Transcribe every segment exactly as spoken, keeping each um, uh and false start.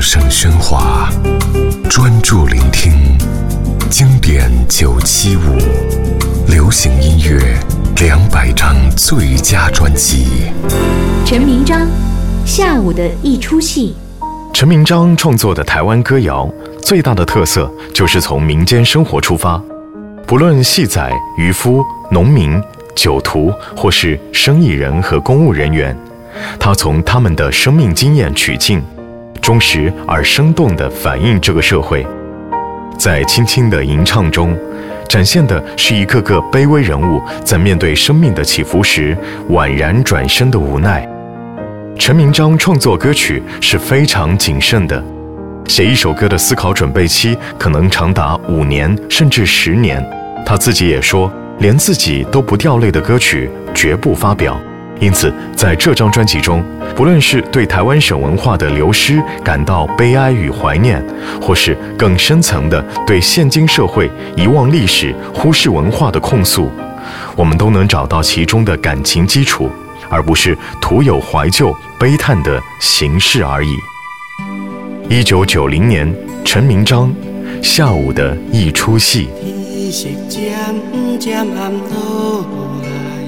声喧哗，专注聆听经典九七五，流行音乐两百张最佳专辑。 陈明章，下午的一出戏。 陈明章创作的台湾歌谣最大的特色就是从民间生活出发，不论戏仔、渔夫、农民、酒徒或是生意人和公务人员，他从他们的生命经验取径，忠实而生动地反映这个社会。在轻轻的吟唱中，展现的是一个个卑微人物在面对生命的起伏时宛然转身的无奈。陈明章创作歌曲是非常谨慎的，写一首歌的思考准备期可能长达五年甚至十年。他自己也说，连自己都不掉泪的歌曲绝不发表。因此在这张专辑中，不论是对台湾省文化的流失感到悲哀与怀念，或是更深层的对现今社会遗忘历史、忽视文化的控诉，我们都能找到其中的感情基础，而不是徒有怀旧悲叹的形式而已。一九九零年，陈明章，下午的一出戏。 天色渐渐暗落来，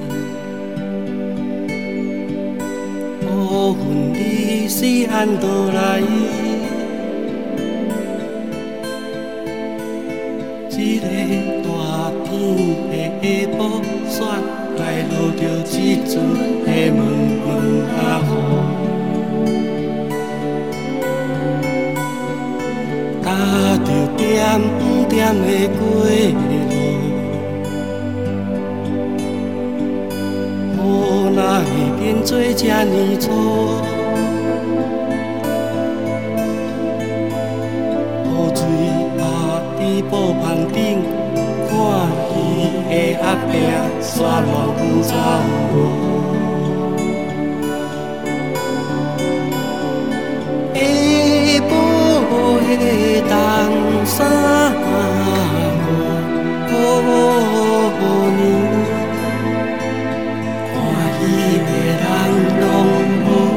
乌云你是安倒来？一个大天的下晡雪，来落着一阵的蒙蒙啊雨，踏着点点的过路，雨哪会变做这呢粗？雨水压伫布棚顶，看鱼的鸭饼沙乱走路。的东山姑娘，看戏的人拢无，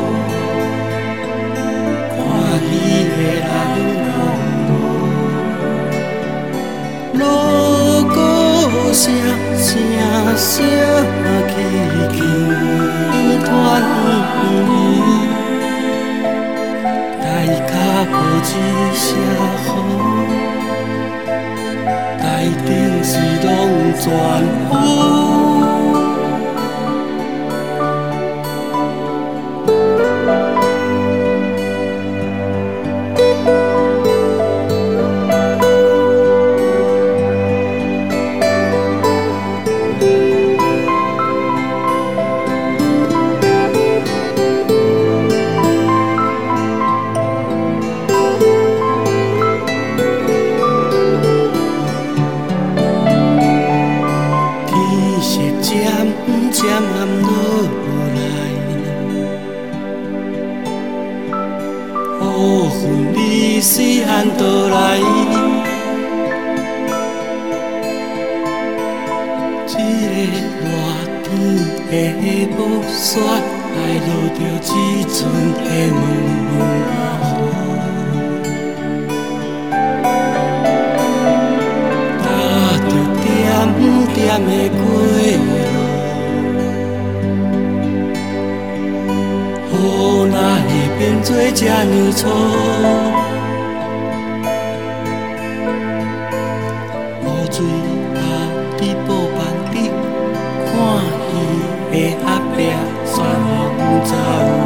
看戏的人拢无，锣鼓声声声起起团圆。大脚无一声雨，台顶是拢全雨。渐暗落来，乌云你是安倒来？一个热天的下晡雪，来落着一阵的蒙蒙啊雨，踏着点点的过路。雨哪会变做这呢粗？雨水压伫布棚顶，看戏的鸭饼山风走。